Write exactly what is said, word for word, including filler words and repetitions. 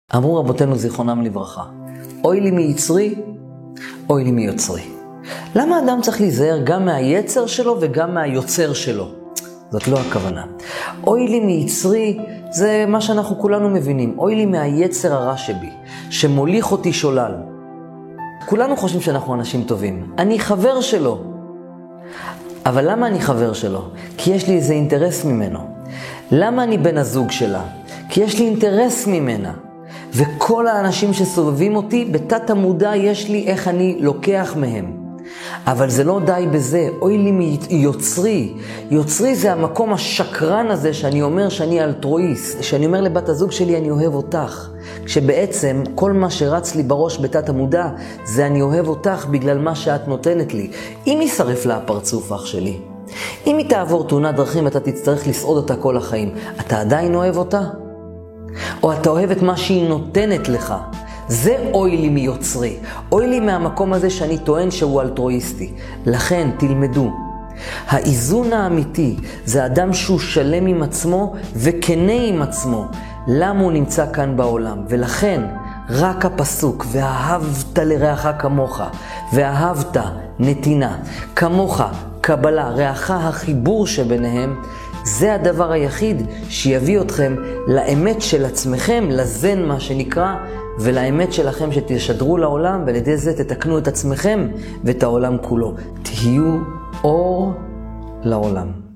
אמרו רבותינו זיכרונם לברכה, אוי לי מיצרי, אוי לי מיוצרי. למה אדם צריך להיזהר גם מהיצר שלו וגם מהיוצר שלו? זאת לא הכוונה. אוי לי מיצרי זה מה שאנחנו כולנו מבינים. אוי לי מהיצר הרע שבי, שמוליך אותי שולל. כולנו חושבים שאנחנו אנשים טובים. אני חבר שלו. אבל למה אני חבר שלו? כי יש לי איזה אינטרס ממנו. למה אני בן הזוג שלה? כי יש לי אינטרס ממנה. וכל האנשים שסובבים אותי, בתת המודע יש לי איך אני לוקח מהם. אבל זה לא די בזה. אוי לי מיוצרי. יוצרי זה המקום השקרן הזה שאני אומר שאני אלטרואיסט. שאני אומר לבת הזוג שלי אני אוהב אותך. כשבעצם כל מה שרץ לי בראש בתת המודע זה אני אוהב אותך בגלל מה שאת נותנת לי. אם יישרף לה הפרצוף אח שלי, אם היא תעבור תאונת דרכים אתה תצטרך לסעוד אותה כל החיים, אתה עדיין אוהב אותה? או אתה אוהב את מה שהיא נותנת לך? זה אוי לי מיוצרי. אוי לי מהמקום הזה שאני טוען שהוא אלטרואיסטי. לכן תלמדו. האיזון האמיתי זה אדם שהוא שלם עם עצמו וכנה עם עצמו. למה הוא נמצא כאן בעולם? ולכן רק הפסוק, ואהבת לרעך כמוך, ואהבת נתינה, כמוך קבלה, רעך החיבור שביניהם, זה הדבר היחיד שיביא אתכם לאמת של עצמכם, לזן מה שנקרא, ולאמת שלכם שתשדרו לעולם, ועל ידי זה תתקנו את עצמכם ואת העולם כולו. תהיו אור לעולם.